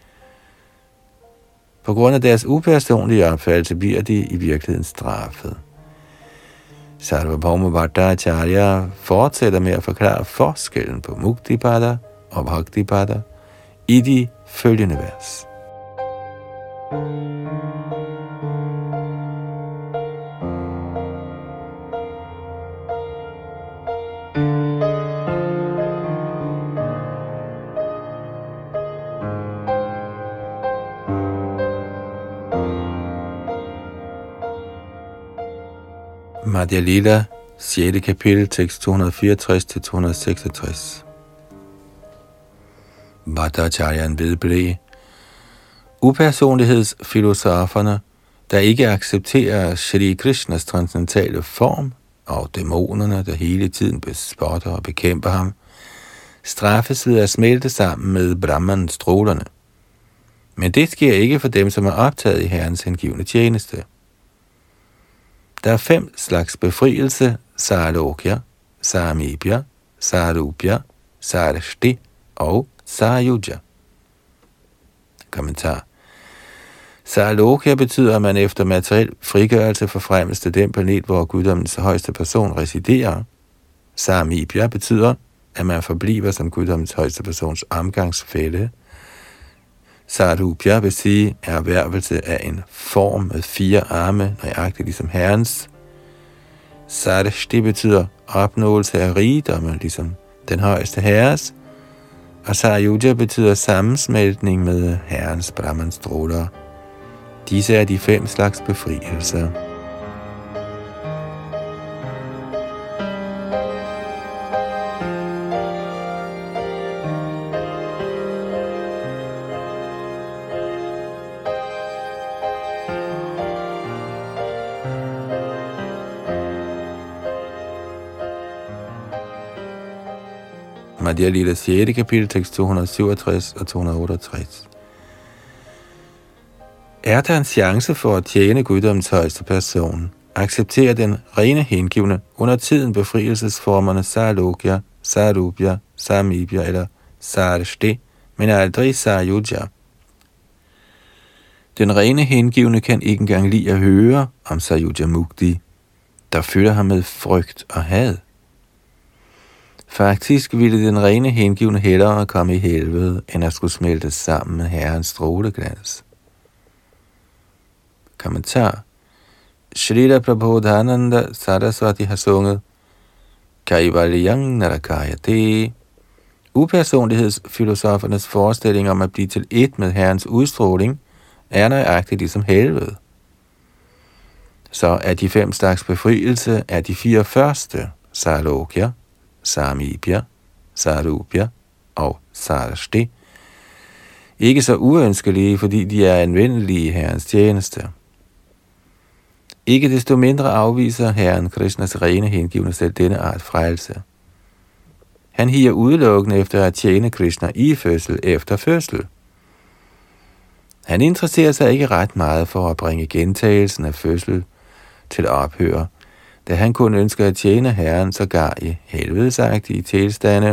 På grund af deres upersonlige opfattelse bliver de i virkeligheden straffet. Sarvabhauma Bhattacharya fortsætter med at forklare forskellen på Muktipada og Bhaktipada i de følgende vers. Madhya Lila, sjette kapitel, tekst to hundrede fireogtres til to hundrede seksogtres. Bhattacharyaen vedblev: upersonlighedsfilosoferne, der ikke accepterer Shri Krishnas transcendentale form, og dæmonerne, der hele tiden bespotter og bekæmper ham, straffes ved at smelte sammen med Brahman-strålerne. Men det sker ikke for dem, som er optaget i Herrens hengivne tjeneste. Der er fem slags befrielse: Sarlokya, Samibhya, Sarupya, Sarashti og Sayuja. Kommentar. Saralokya betyder, at man efter materiel frigørelse forfremmes til den planet, hvor guddommens højeste person residerer. Samibhya betyder, at man forbliver som guddommens højeste persons omgangsfælle. Sarupya vil sige erhvervelse af en form med fire arme, nøjagtigt ligesom herrens. Sarashti betyder opnåelse af rigdomme, ligesom den højeste herres. Og Sarayuja betyder sammensmeltning med herrens brahmanstråler. Disse er de fem slags befrielser. Madhya Lila sjette kapitel, tekst to hundrede syvogtres og to hundrede otteogtres. Er der en chance for at tjene guddommens højeste person, accepterer den rene hengivne under tiden befrielsesformerne Saralokya, Sarupya, Samibhya eller Sarashti, men aldrig Sarayuja. Den rene hengivne kan ikke engang lide at høre om Sarayuja Mukti, der fylder ham med frygt og had. Faktisk ville den rene hengivne hellere komme i helvede, end at skulle smelte sammen med herrens stråleglans. Kommentar. Shrila Prabodhananda Saraswati har sunget Kaivalyang Narakayate. Upersonlighedsfilosofernes forestilling om at blive til ét med herrens udstråling er nøjagtigt ligesom helvede. Så er de fem slags befrielse er de fire første, Saralokya, Samibhya, Sarupya og Sarashti, ikke så uønskelige, fordi de er anvendelige i herrens tjeneste. Ikke desto mindre afviser herren Krishnas rene hengivne selv denne art frelse. Han higer udelukkende efter at tjene Krishna i fødsel efter fødsel. Han interesserer sig ikke ret meget for at bringe gentagelsen af fødsel til ophør, da han kun ønsker at tjene herren sågar i helvedesagtige tilstande.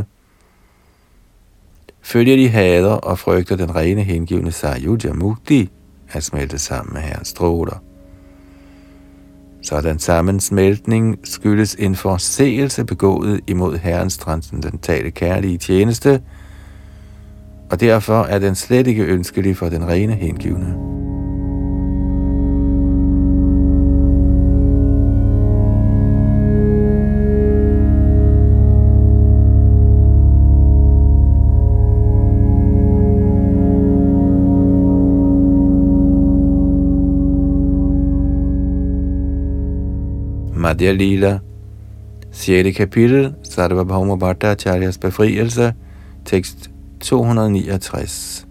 Følger de hader og frygter den rene hengivne Sarayuja Mukti at smelte sammen med herrens stråler. Sådan sammensmeltning skyldes en forseelse begået imod herrens transcendentale kærlige tjeneste, og derfor er den slet ikke ønskelig for den rene hengivne. Madhya Lila, sjette kapitel, Sarvabhauma Bhattacharyas befrielse, tekst to hundrede niogtres.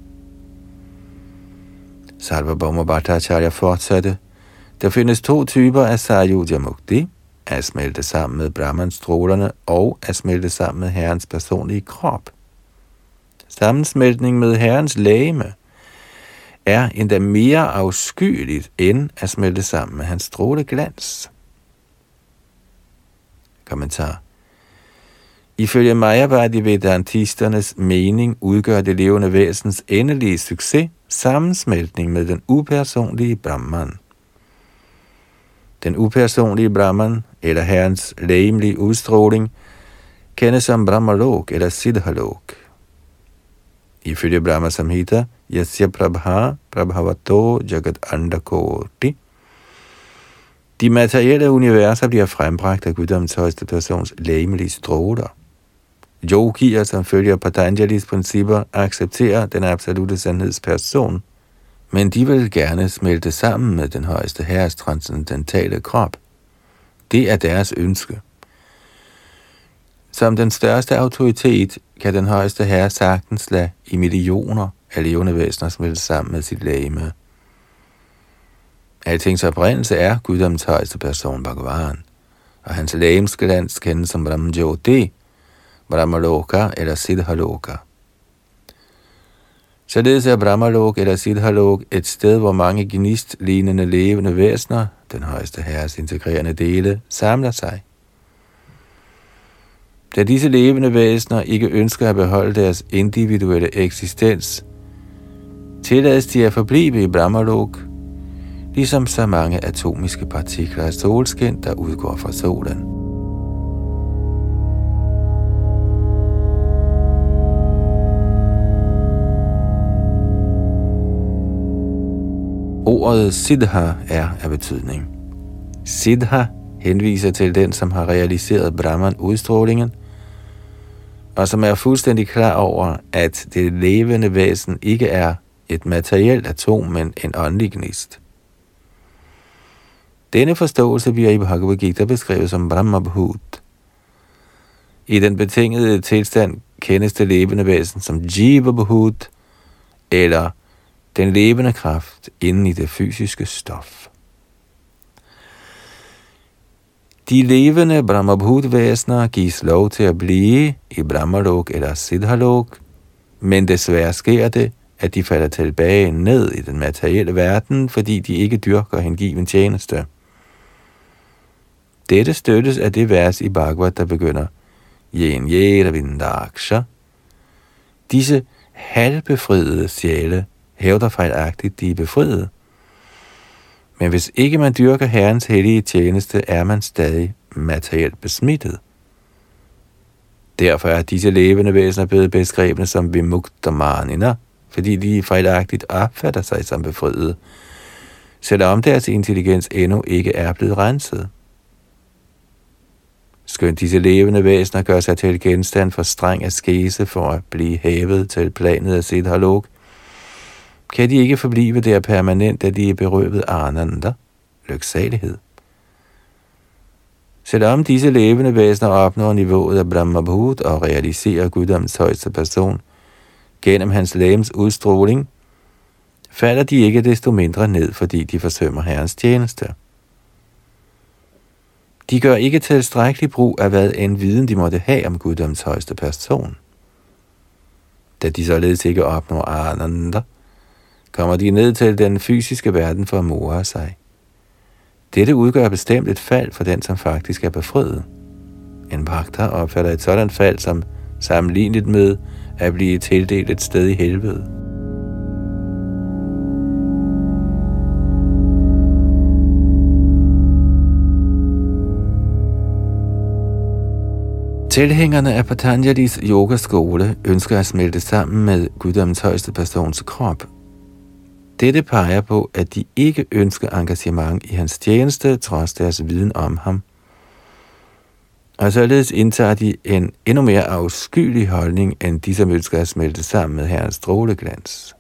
Sarvabhauma Bhattacharya fortsatte, der findes to typer af Sarayuja Mukti, at smelte sammen med brahmanstrålerne og at smelte sammen med herrens personlige krop. Sammensmeltning med herrens legeme er endda mere afskyeligt end at smelte sammen med hans stråleglans. Kommentar. Ifølge Mayavadi Vedantisternes mening udgør det levende væsens endelige succes sammensmeltning med den upersonlige Brahman. Den upersonlige Brahman, eller herrens legemlige udstråling, kendes som Brahmalok eller Siddhalok. Ifølge Brahma Samhita, Yasya Prabha Prabhavato Jagat Andakoti. De materielle universer bliver frembragt af guddommens højeste persons legemlige stråler. Yogier, som følger Patanjalis principper, accepterer den absolute sandhedsperson, men de vil gerne smelte sammen med den højeste herres transcendentale krop. Det er deres ønske. Som den største autoritet kan den højeste herre sagtens lade i millioner af levende væsener smelte sammen med sit legeme. Altings oprindelse er guddommens højeste person Bhagavan, og hans legemsglans kendes som Brahmajyoti, Brahmaloka eller Siddhaloka. Således er Brahmalok eller Siddhalok et sted, hvor mange gnist-lignende levende væsener, den højeste herres integrerende dele, samler sig. Da disse levende væsener ikke ønsker at beholde deres individuelle eksistens, tillades de at forblive i Brahmalok, ligesom så mange atomiske partikler af solskin, der udgår fra solen. Ordet siddha er af betydning. Siddha henviser til den, som har realiseret Brahman-udstrålingen, og som er fuldstændig klar over, at det levende væsen ikke er et materielt atom, men en åndelig gnist. Denne forståelse bliver i Bhagavad Gita beskrevet som Brahma-bhut. I den betingede tilstand kendes det levende væsen som Jiva-bhut, eller den levende kraft inden i det fysiske stof. De levende Brahma-bhut-væsener gives lov til at blive i Brahmalok eller Siddhalok, men desværre sker det, at de falder tilbage ned i den materielle verden, fordi de ikke dyrker hengiven tjeneste. Dette støttes af det vers i Bhagavad, der begynder Yen yera vindaksha. Disse halvbefriede sjæle hævder fejlagtigt, de er befriede. Men hvis ikke man dyrker Herrens hellige tjeneste, er man stadig materielt besmittet. Derfor er disse levende væsener blevet beskrevne som vimuktamanina, fordi de fejlagtigt opfatter sig som befriede, selvom deres intelligens endnu ikke er blevet renset. Skønt disse levende væsener gør sig til genstand for streng askese for at blive hævet til planet af Siddhalok, kan de ikke forblive der permanent, da de er berøvet ananda, lyksalighed. Selvom disse levende væsener opnår niveauet af Brahma-bhut og realiserer guddommens højeste person gennem hans legems udstråling, falder de ikke desto mindre ned, fordi de forsømmer Herrens tjeneste. De gør ikke tilstrækkelig brug af hvad en viden de måtte have om guddommens højeste person. Da de således ikke opnår ananda, kommer de ned til den fysiske verden for at more sig. Dette udgør bestemt et fald for den, som faktisk er befriet. En bhakta opfatter et sådan fald som sammenlignet med at blive tildelt et sted i helvede. Tilhængerne af Patanjalis yogaskole ønsker at smelte sammen med guddommens højeste persons krop. Dette peger på, at de ikke ønsker engagement i hans tjeneste, trods deres viden om ham. Og således indtager de en endnu mere afskyelig holdning, end de, som ønsker at smelte sammen med Herrens stråleglans.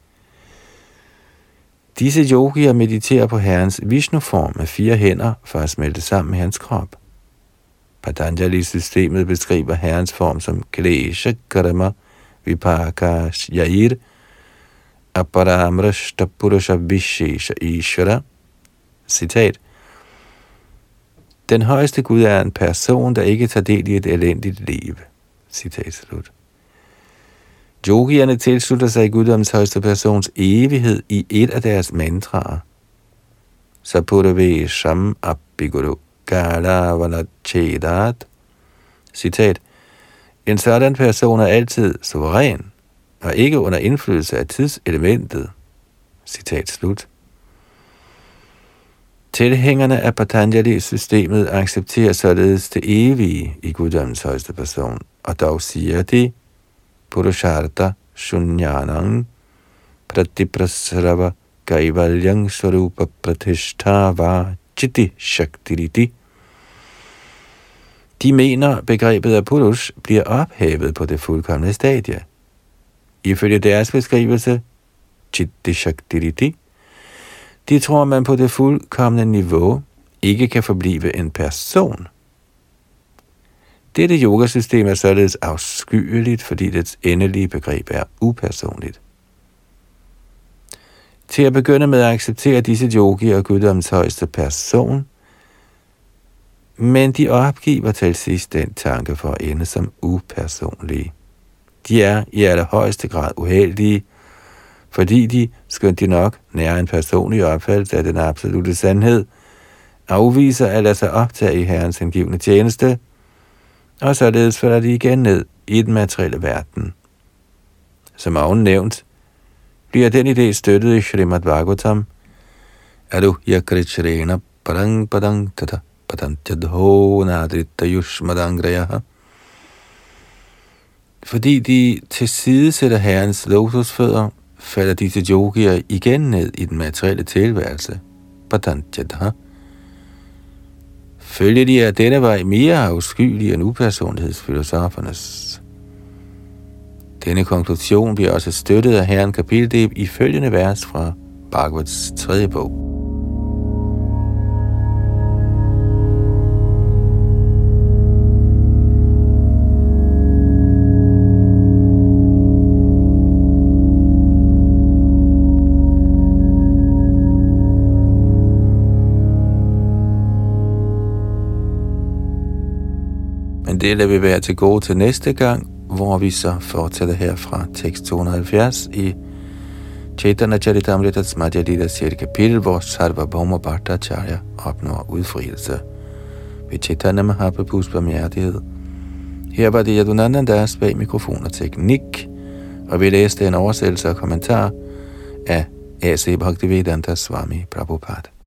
Disse yogier mediterer på Herrens Vishnu-form med fire hænder for at smelte sammen med hans krop. Patanjali-systemet beskriver Herrens form som Klesha Karma Vipakashyair Aparamrashta Purusha Vishesha Ishvara. Citat. Den højeste Gud er en person, der ikke tager del i et elendigt liv. Citat slut. Yogierne tilslutter sig guddommens højeste persons evighed i et af deres mantraer. Sapurave Sham Abhiguru Gala Valachedat. Citat. En sådan person er altid suveræn og ikke under indflydelse af tidselementet. Citat slut. Tilhængerne af Patanjali-systemet accepterer således det evige i guddommens højeste person, og dog siger de, Purushartha Shunyanang Pratiprasrava Kaivalyang Swarupa Pratishtava Chitti Shaktiriti. De mener, begrebet af Purush bliver ophævet på det fuldkomne stadie. Ifølge deres beskrivelse, Chitti Shaktiriti, de tror, man på det fuldkomne niveau ikke kan forblive en person. Dette yogasystem er således afskyeligt, fordi dets endelige begreb er upersonligt. Til at begynde med at acceptere disse yogier guddommens højeste person, men de opgiver til sidst den tanke for at ende som upersonlige. De er i allerhøjeste grad uheldige, fordi de, skønt de nok nærer en personlig opfattelse af den absolute sandhed, afviser at lade sig optage i Herrens hengivne tjeneste, og således falder de igen ned i den materielle verden. Som oven nævnt, bliver den idé støttet i Srimad Bhagavatam, aruhya krichrena parang padang tata padantjadho nadrittayushmadangrayaha. Fordi de tilsidesætter herrens lotusfødder, falder disse yogier igen ned i den materielle tilværelse. Padantjadha. Følger de af denne vej mere afskyelige end upersonlighedsfilosofernes. Denne konklusion bliver også støttet af herren Kapildev i følgende vers fra Bhagavats tredje bog. Men det lader vi være til gode til næste gang, hvor vi så fortsætter her fra tekst to hundrede og halvfjerds i Chaitanya Charitamrita's Madhya Lila sjette kapitel, hvor Sarvabhauma Bhattacharya opnår udfrielse ved Chaitanya Mahaprabhus barmhjertighed. Her var det Yadunandandas bag mikrofon og teknik, og vi læste en oversættelse og kommentar af A C Bhaktivedanta Swami Prabhupada.